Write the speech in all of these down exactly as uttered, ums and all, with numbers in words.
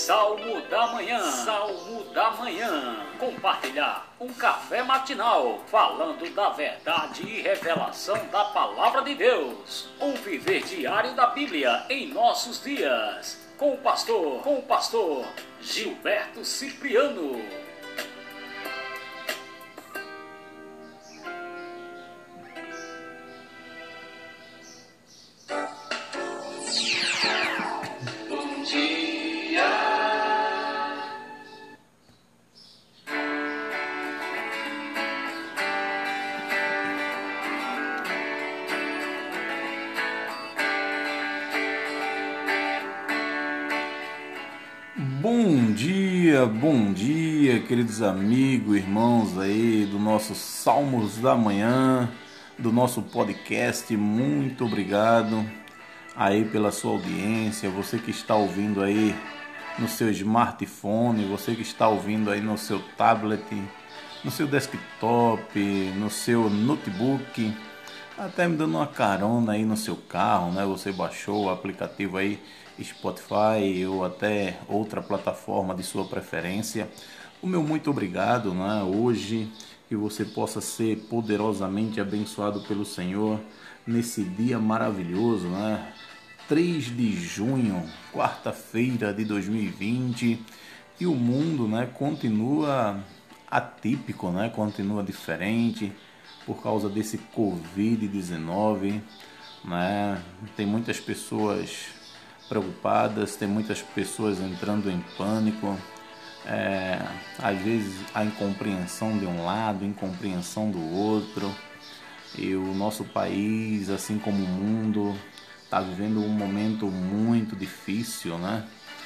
Salmo da Manhã, Salmo da Manhã. Compartilhar um café matinal falando da verdade e revelação da Palavra de Deus. Um viver diário da Bíblia em nossos dias. Com o pastor, com o pastor Gilberto Cipriano. Bom dia, bom dia, queridos amigos, irmãos aí do nosso Salmos da Manhã, do nosso podcast. Muito obrigado aí pela sua audiência, você que está ouvindo aí no seu smartphone, você que está ouvindo aí no seu tablet, no seu desktop, no seu notebook, até me dando uma carona aí no seu carro, né? Você baixou o aplicativo aí Spotify ou até outra plataforma de sua preferência. O meu muito obrigado, né? Hoje que você possa ser poderosamente abençoado pelo Senhor nesse dia maravilhoso, né? três de junho, quarta-feira de dois mil e vinte, e o mundo, né, continua atípico, né? Continua diferente por causa desse covid dezenove, né? Tem muitas pessoas preocupadas, tem muitas pessoas entrando em pânico, é, às vezes a incompreensão de um lado, incompreensão do outro, e o nosso país, assim como o mundo, está vivendo um momento muito difícil, né?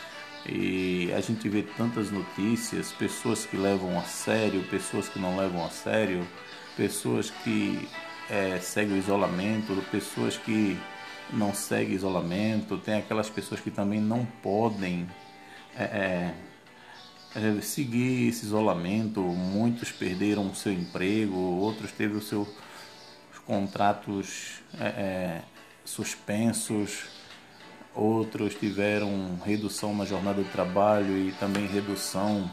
E a gente vê tantas notícias, pessoas que levam a sério, pessoas que não levam a sério, pessoas que é, seguem o isolamento, pessoas que não seguem isolamento, tem aquelas pessoas que também não podem é, é, seguir esse isolamento. Muitos perderam o seu emprego, outros teve os seus contratos é, é, suspensos, outros tiveram redução na jornada de trabalho e também redução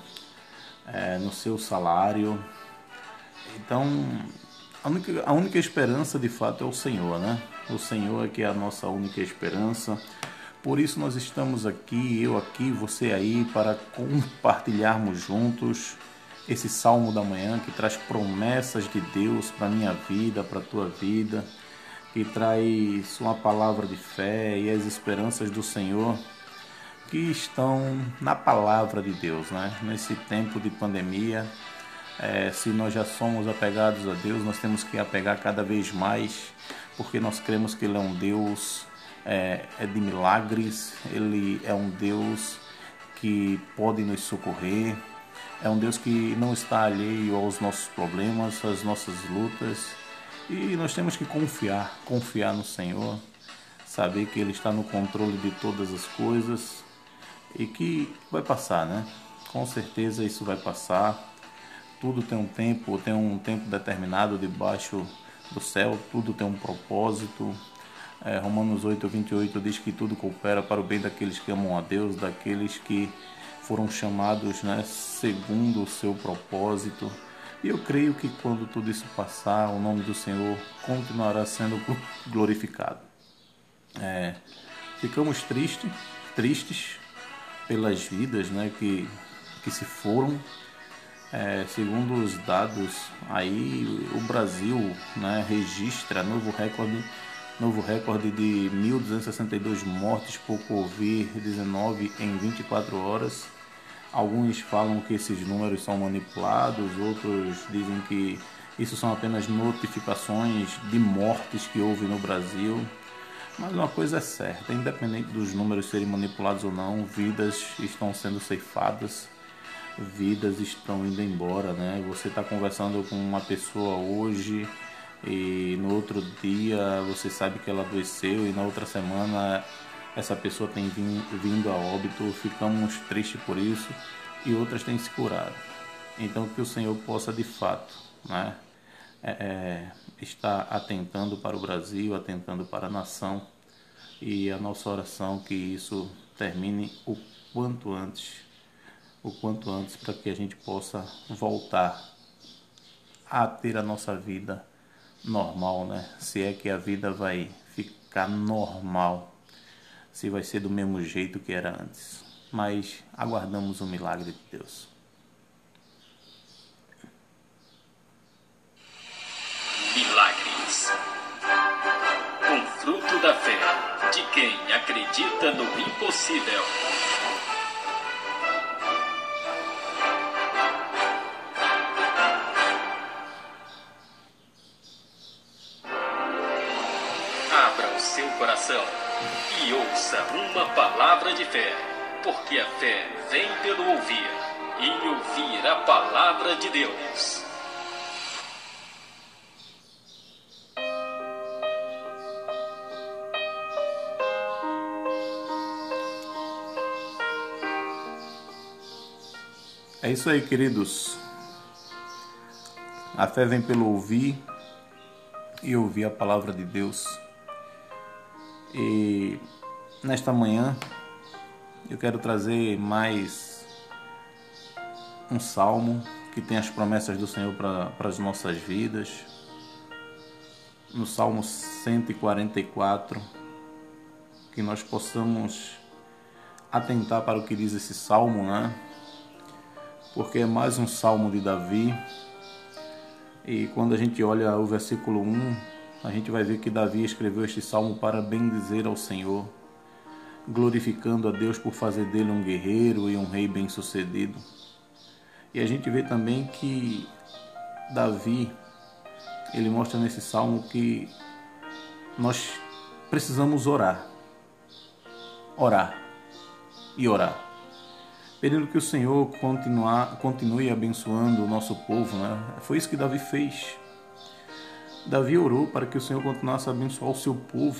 é, no seu salário. Então, a única, a única esperança de fato é o Senhor, né? O Senhor é que é a nossa única esperança. Por isso nós estamos aqui, eu aqui, você aí, para compartilharmos juntos esse Salmo da Manhã que traz promessas de Deus para a minha vida, para a tua vida, que traz uma palavra de fé e as esperanças do Senhor que estão na palavra de Deus, né? Nesse tempo de pandemia, É, se nós já somos apegados a Deus, nós temos que apegar cada vez mais, porque nós cremos que Ele é um Deus é, é de milagres, Ele é um Deus que pode nos socorrer, é um Deus que não está alheio aos nossos problemas, às nossas lutas, e nós temos que confiar, confiar no Senhor, saber que Ele está no controle de todas as coisas e que vai passar, né? Com certeza isso vai passar. Tudo tem um tempo, tem um tempo determinado debaixo do céu, tudo tem um propósito. É, Romanos oito, vinte e oito diz que tudo coopera para o bem daqueles que amam a Deus, daqueles que foram chamados, né, segundo o seu propósito. E eu creio que quando tudo isso passar, o nome do Senhor continuará sendo glorificado. É, ficamos tristes, tristes pelas vidas, né, que, que se foram. É, segundo os dados, aí o Brasil, né, registra novo recorde, novo recorde de mil duzentos e sessenta e dois mortes por covid dezenove em vinte e quatro horas. Alguns falam que esses números são manipulados, outros dizem que isso são apenas notificações de mortes que houve no Brasil. Mas uma coisa é certa, independente dos números serem manipulados ou não, vidas estão sendo ceifadas, vidas estão indo embora, né? Você está conversando com uma pessoa hoje e no outro dia você sabe que ela adoeceu e na outra semana essa pessoa tem vindo a óbito. Ficamos tristes por isso e outras têm se curado. Então que o Senhor possa de fato, né, é, é, estar atentando para o Brasil, atentando para a nação, e a nossa oração que isso termine o quanto antes, o quanto antes, para que a gente possa voltar a ter a nossa vida normal, né? Se é que a vida vai ficar normal, se vai ser do mesmo jeito que era antes. Mas aguardamos o milagre de Deus. Milagres. Um fruto da fé de quem acredita no impossível. Abra o seu coração e ouça uma palavra de fé, porque a fé vem pelo ouvir, e ouvir a palavra de Deus. É isso aí, queridos. A fé vem pelo ouvir e ouvir a palavra de Deus. E nesta manhã eu quero trazer mais um salmo que tem as promessas do Senhor para, para as nossas vidas. No Salmo cento e quarenta e quatro, que nós possamos atentar para o que diz esse salmo, né? Porque é mais um salmo de Davi. E quando a gente olha o versículo um, a gente vai ver que Davi escreveu este salmo para bendizer ao Senhor, glorificando a Deus por fazer dele um guerreiro e um rei bem-sucedido. E a gente vê também que Davi, ele mostra nesse salmo que nós precisamos orar, orar e orar, pedindo que o Senhor continuar, continue abençoando o nosso povo, né? Foi isso que Davi fez. Davi orou para que o Senhor continuasse a abençoar o seu povo,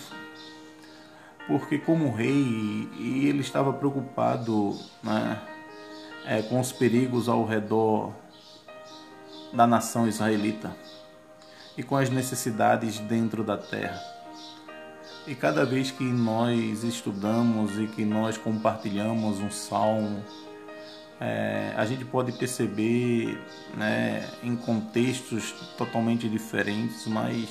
porque como rei, ele estava preocupado, né, é, com os perigos ao redor da nação israelita e com as necessidades dentro da terra. E cada vez que nós estudamos e que nós compartilhamos um salmo, É, a gente pode perceber, né, em contextos totalmente diferentes, mas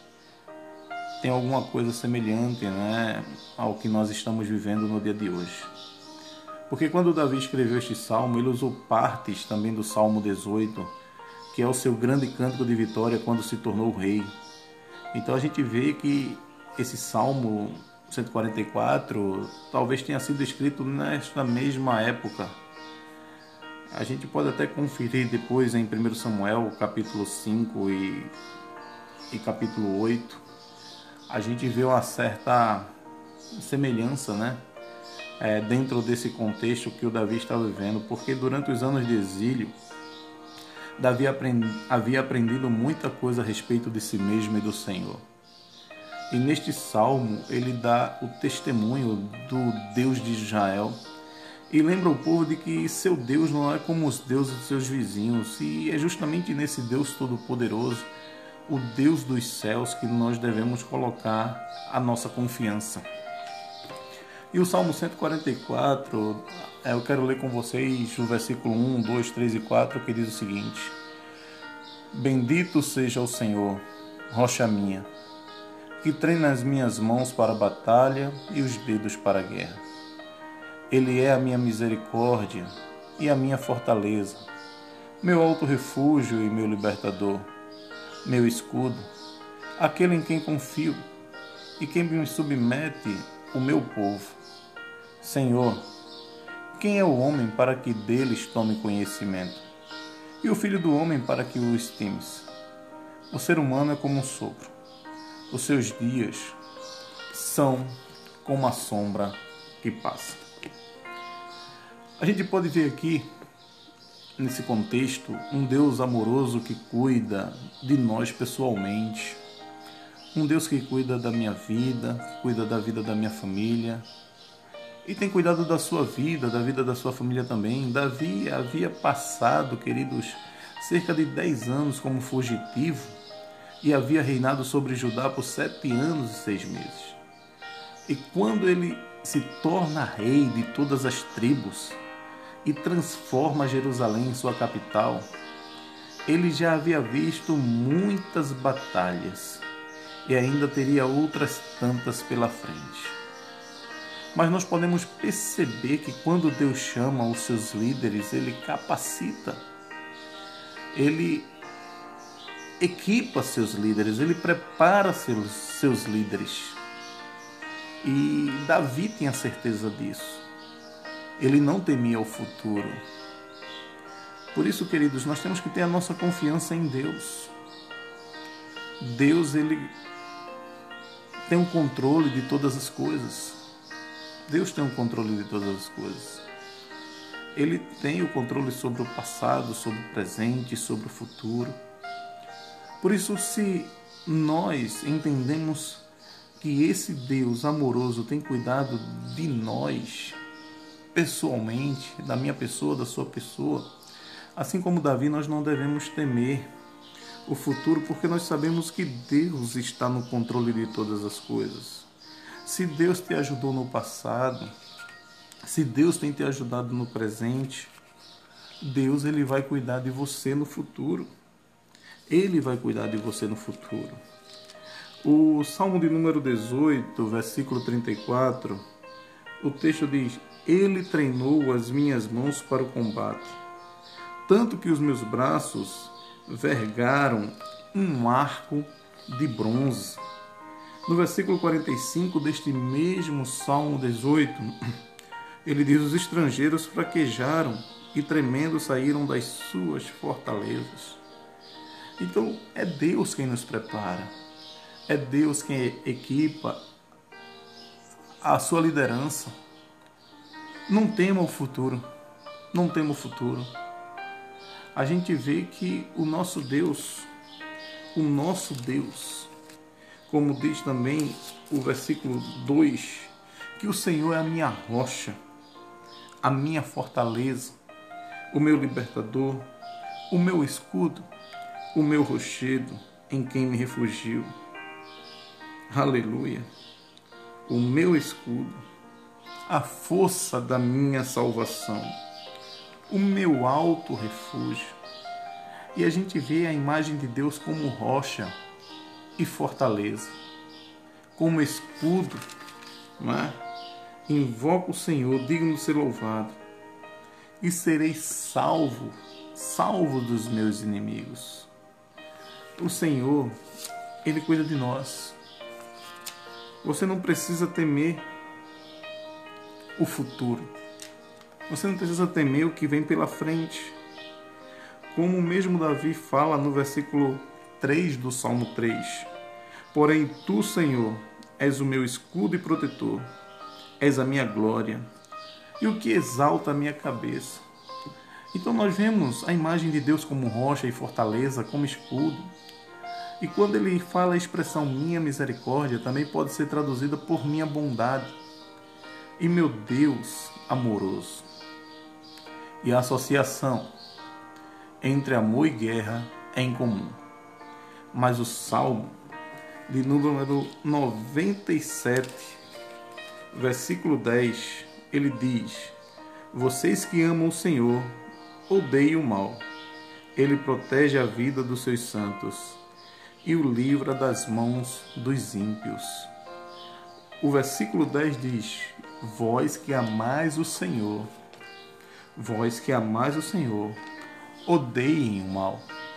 tem alguma coisa semelhante, né, ao que nós estamos vivendo no dia de hoje. Porque quando Davi escreveu este salmo, ele usou partes também do Salmo dezoito, que é o seu grande cântico de vitória quando se tornou rei. Então a gente vê que esse Salmo cento e quarenta e quatro talvez tenha sido escrito nesta mesma época. A gente pode até conferir depois em primeiro Samuel, capítulo cinco e, e capítulo oito. A gente vê uma certa semelhança, né? É, dentro desse contexto que o Davi está vivendo, porque durante os anos de exílio, Davi aprendi, havia aprendido muita coisa a respeito de si mesmo e do Senhor. E neste salmo, ele dá o testemunho do Deus de Israel, e lembra o povo de que seu Deus não é como os deuses de seus vizinhos. E é justamente nesse Deus Todo-Poderoso, o Deus dos céus, que nós devemos colocar a nossa confiança. E o Salmo cento e quarenta e quatro, eu quero ler com vocês o versículo um, dois, três e quatro, que diz o seguinte: Bendito seja o Senhor, rocha minha, que treina as minhas mãos para a batalha e os dedos para a guerra. Ele é a minha misericórdia e a minha fortaleza, meu alto refúgio e meu libertador, meu escudo, aquele em quem confio e quem me submete o meu povo. Senhor, quem é o homem para que deles tome conhecimento? E o filho do homem para que o estimes? O ser humano é como um sopro. Os seus dias são como a sombra que passa. A gente pode ver aqui, nesse contexto, um Deus amoroso que cuida de nós pessoalmente. Um Deus que cuida da minha vida, que cuida da vida da minha família. E tem cuidado da sua vida, da vida da sua família também. Davi havia passado, queridos, cerca de dez anos como fugitivo e havia reinado sobre Judá por sete anos e seis meses. E quando ele se torna rei de todas as tribos e transforma Jerusalém em sua capital, ele já havia visto muitas batalhas e ainda teria outras tantas pela frente. Mas nós podemos perceber que quando Deus chama os seus líderes, Ele capacita, Ele equipa seus líderes, Ele prepara seus, seus líderes. E Davi tinha certeza disso. Ele não temia o futuro. Por isso, queridos, nós temos que ter a nossa confiança em Deus. Deus, Ele tem o controle de todas as coisas. Deus tem o controle de todas as coisas. Ele tem o controle sobre o passado, sobre o presente, sobre o futuro. Por isso, se nós entendemos que esse Deus amoroso tem cuidado de nós, pessoalmente, da minha pessoa, da sua pessoa, assim como Davi, nós não devemos temer o futuro, porque nós sabemos que Deus está no controle de todas as coisas. Se Deus te ajudou no passado, se Deus tem te ajudado no presente, Deus, Ele vai cuidar de você no futuro. Ele vai cuidar de você no futuro. O Salmo de número dezoito, versículo trinta e quatro, o texto diz: Ele treinou as minhas mãos para o combate, tanto que os meus braços vergaram um arco de bronze. No versículo quarenta e cinco deste mesmo Salmo dezoito, ele diz: os estrangeiros fraquejaram e tremendo saíram das suas fortalezas. Então é Deus quem nos prepara, é Deus quem equipa a sua liderança. Não tema o futuro, não tema o futuro. A gente vê que o nosso Deus, o nosso Deus, como diz também o versículo dois, que o Senhor é a minha rocha, a minha fortaleza, o meu libertador, o meu escudo, o meu rochedo, em quem me refugio. Aleluia! O meu escudo, a força da minha salvação, o meu alto refúgio. E a gente vê a imagem de Deus como rocha e fortaleza, como escudo, não é? Invoco o Senhor, digno de ser louvado, e serei salvo, salvo dos meus inimigos. O Senhor, Ele cuida de nós. Você não precisa temer o futuro. Você não precisa temer o que vem pela frente. Como o mesmo Davi fala no versículo três do Salmo três. Porém, Tu, Senhor, és o meu escudo e protetor, és a minha glória e o que exalta a minha cabeça. Então nós vemos a imagem de Deus como rocha e fortaleza, como escudo. E quando ele fala a expressão minha misericórdia, também pode ser traduzida por minha bondade e meu Deus amoroso. E a associação entre amor e guerra é incomum. Mas o Salmo de número noventa e sete, versículo dez, ele diz: vocês que amam o Senhor, odeiam o mal. Ele protege a vida dos seus santos e o livra das mãos dos ímpios. O versículo dez diz: vós que amais o Senhor, vós que amais o Senhor, odeiem o mal,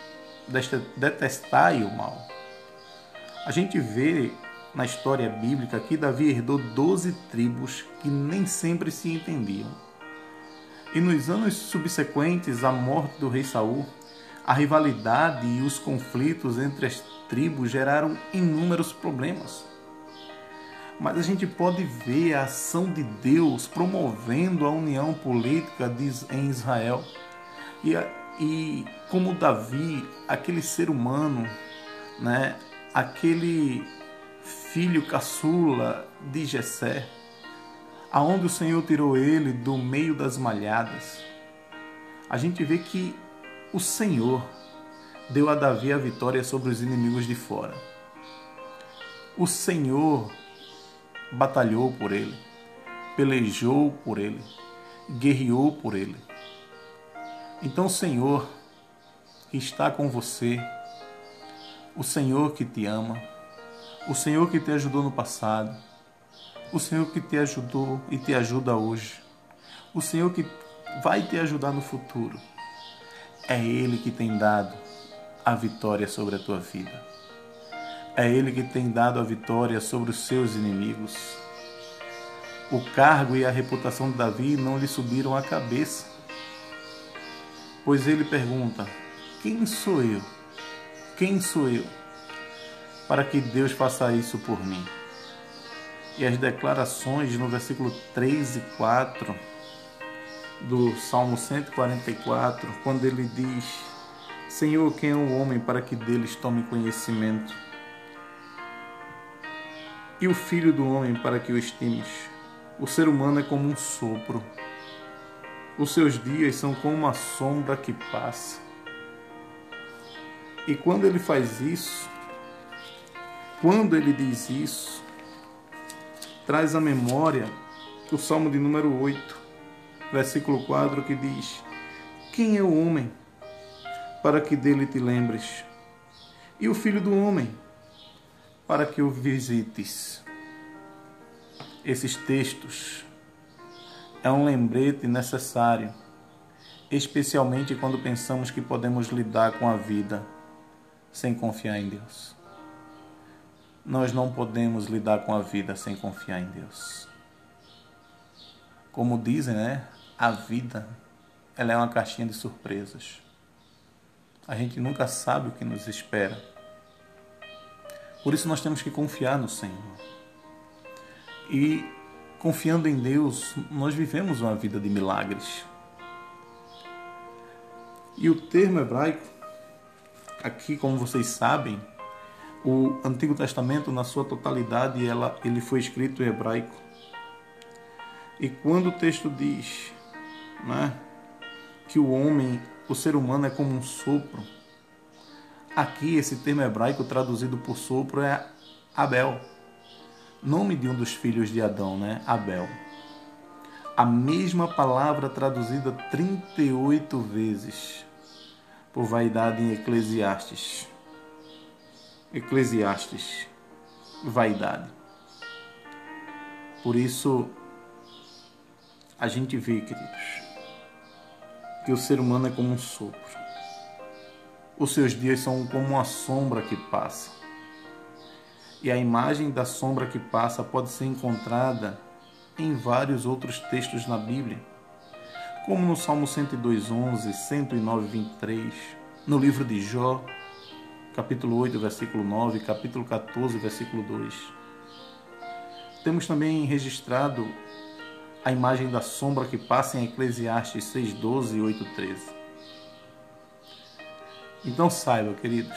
detestai o mal. A gente vê na história bíblica que Davi herdou doze tribos que nem sempre se entendiam. E nos anos subsequentes à morte do rei Saul, a rivalidade e os conflitos entre as tribos geraram inúmeros problemas. Mas a gente pode ver a ação de Deus promovendo a união política em Israel. E, e como Davi, aquele ser humano, né, aquele filho caçula de Jessé, aonde o Senhor tirou ele do meio das malhadas, a gente vê que o Senhor deu a Davi a vitória sobre os inimigos de fora. O Senhor batalhou por ele. pelejou por ele, guerreou por ele. Então o Senhor que está com você, o Senhor que te ama, o Senhor que te ajudou no passado, o Senhor que te ajudou e te ajuda hoje, o Senhor que vai te ajudar no futuro, é Ele que tem dado a vitória sobre a tua vida. É Ele que tem dado a vitória sobre os seus inimigos. O cargo e a reputação de Davi não lhe subiram à cabeça, pois ele pergunta: quem sou eu? Quem sou eu para que Deus faça isso por mim? E as declarações no versículo três e quatro do Salmo cento e quarenta e quatro, quando ele diz: Senhor, quem é o homem para que deles tome conhecimento? E o filho do homem para que o estimes? O ser humano é como um sopro. Os seus dias são como uma sombra que passa. E quando ele faz isso, quando ele diz isso, traz à memória o Salmo de número oito, versículo quatro, que diz: quem é o homem para que dele te lembres? E o filho do homem para que o visites? Esses textos é um lembrete necessário, especialmente quando pensamos que podemos lidar com a vida sem confiar em Deus. Nós não podemos lidar com a vida sem confiar em Deus. Como dizem, né? A vida, ela é uma caixinha de surpresas. A gente nunca sabe o que nos espera. Por isso nós temos que confiar no Senhor. E confiando em Deus, nós vivemos uma vida de milagres. E o termo hebraico, aqui, como vocês sabem, o Antigo Testamento, na sua totalidade, ela, ele foi escrito em hebraico. E quando o texto diz, né, que o homem, o ser humano é como um sopro, aqui esse termo hebraico traduzido por sopro é Abel, nome de um dos filhos de Adão, né? Abel. A mesma palavra traduzida trinta e oito vezes por vaidade em Eclesiastes. Eclesiastes, vaidade. Por isso, a gente vê, queridos, que o ser humano é como um sopro. Os seus dias são como uma sombra que passa. E a imagem da sombra que passa pode ser encontrada em vários outros textos na Bíblia, como no Salmo cento e dois, onze, cento e nove, vinte e três, no livro de Jó, capítulo oito, versículo nove, capítulo quatorze, versículo dois. Temos também registrado a imagem da sombra que passa em Eclesiastes seis, doze e oito, treze. Então saiba, queridos,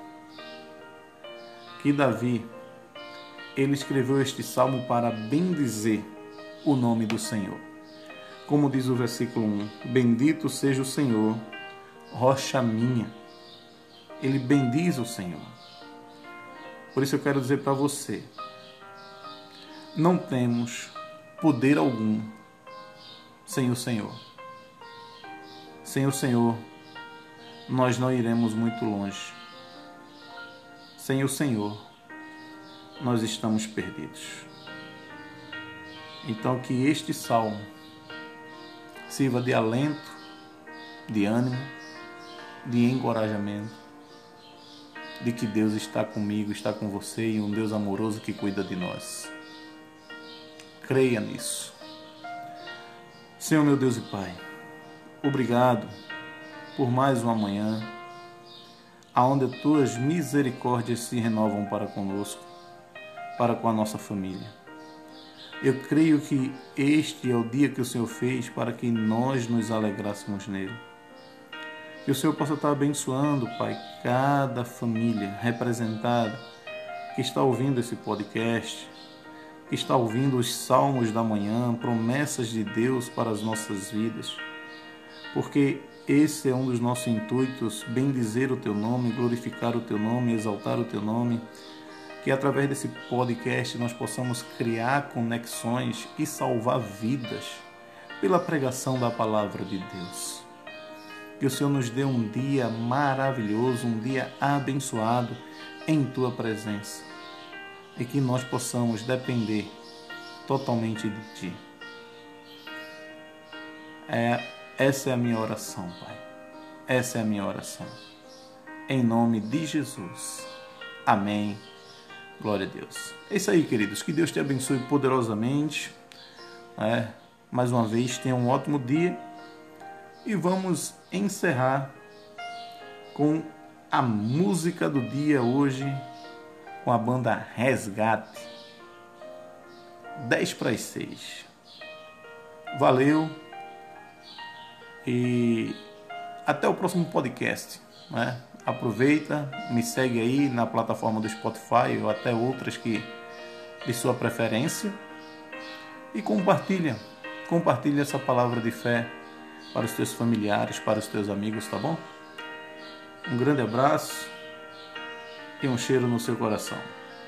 que Davi, ele escreveu este salmo para bendizer o nome do Senhor. Como diz o versículo um, bendito seja o Senhor, rocha minha. Ele bendiz o Senhor. Por isso eu quero dizer para você, não temos poder algum sem o Senhor. Sem o Senhor, nós não iremos muito longe. Sem o Senhor, nós estamos perdidos. Então que este salmo sirva de alento, de ânimo, de encorajamento, de que Deus está comigo, está com você e um Deus amoroso que cuida de nós. Creia nisso. Senhor, meu Deus e Pai, obrigado por mais uma manhã, aonde as tuas misericórdias se renovam para conosco, para com a nossa família. Eu creio que este é o dia que o Senhor fez para que nós nos alegrássemos nele. Que o Senhor possa estar abençoando, Pai, cada família representada que está ouvindo esse podcast, que está ouvindo os salmos da manhã, promessas de Deus para as nossas vidas, porque esse é um dos nossos intuitos, bendizer o Teu nome, glorificar o Teu nome, exaltar o Teu nome, que através desse podcast nós possamos criar conexões e salvar vidas pela pregação da palavra de Deus. Que o Senhor nos dê um dia maravilhoso, um dia abençoado em Tua presença e que nós possamos depender totalmente de Ti. É, essa é a minha oração, Pai. Essa é a minha oração. Em nome de Jesus. Amém. Glória a Deus. É isso aí, queridos. Que Deus te abençoe poderosamente. É, mais uma vez, tenha um ótimo dia. E vamos encerrar com a música do dia hoje, com a banda Resgate. dez para as seis. Valeu. E até o próximo podcast, né? Aproveita, me segue aí na plataforma do Spotify ou até outras que de sua preferência e compartilha, compartilha essa palavra de fé para os teus familiares, para os teus amigos, tá bom? Um grande abraço e um cheiro no seu coração.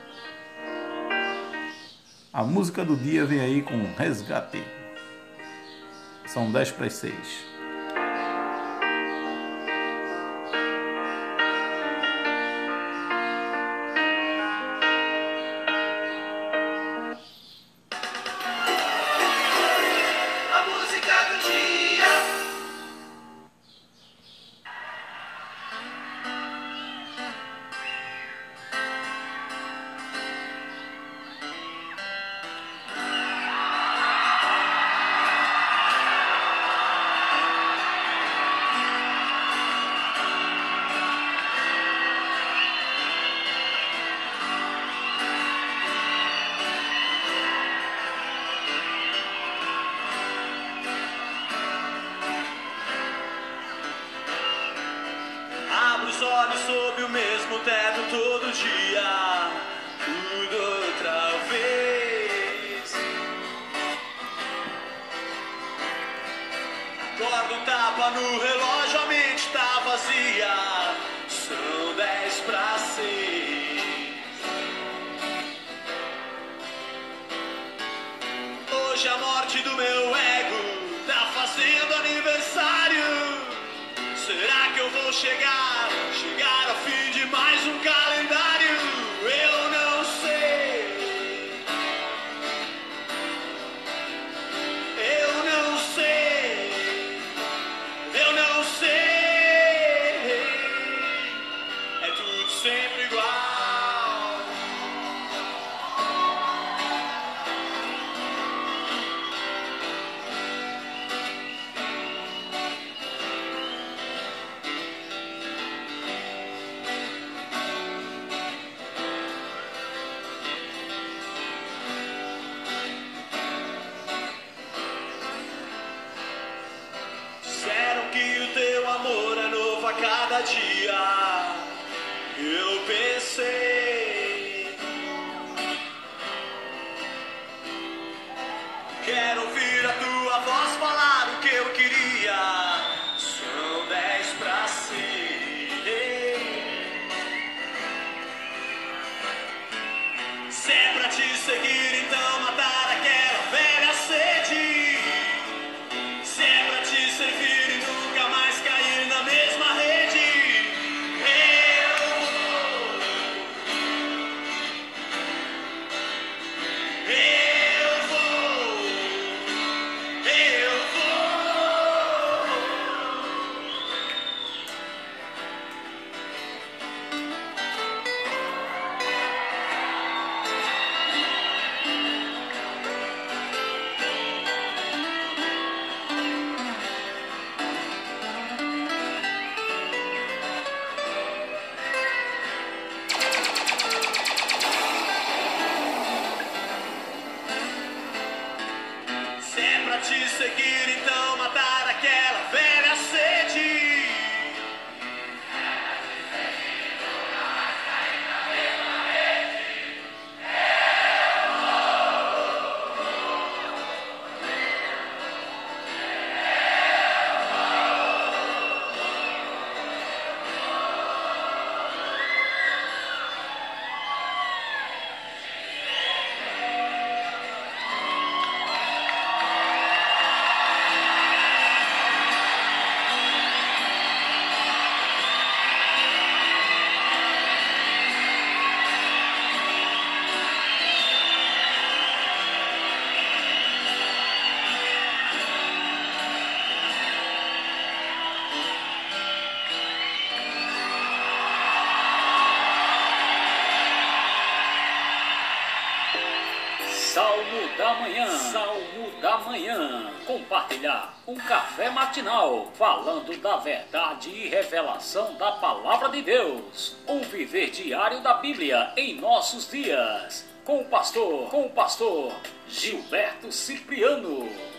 A música do dia vem aí com Resgate. São dez para as seis. Os olhos sob o mesmo teto todo dia, tudo outra vez. Acordo um tapa no relógio, a mente tá vazia. São dez para seis. Hoje a morte do meu ego tá fazendo aniversário. Será que eu vou chegar, chegar ao fim de mais um calendário? Eu não sei. Eu não sei. Eu não sei. É tudo sempre igual. A cada dia eu pensei, quero ouvir a tua voz falar o que eu queria. São dez para seis. Se é pra te seguir, então matar aquela velha sede. Se é pra te servir e nunca mais cair na mesma rede, eu vou Salmo da Manhã. Salmo da Manhã. Compartilhar um café matinal falando da verdade e revelação da Palavra de Deus. Um viver diário da Bíblia em nossos dias. Com o pastor, com o pastor Gilberto Cipriano.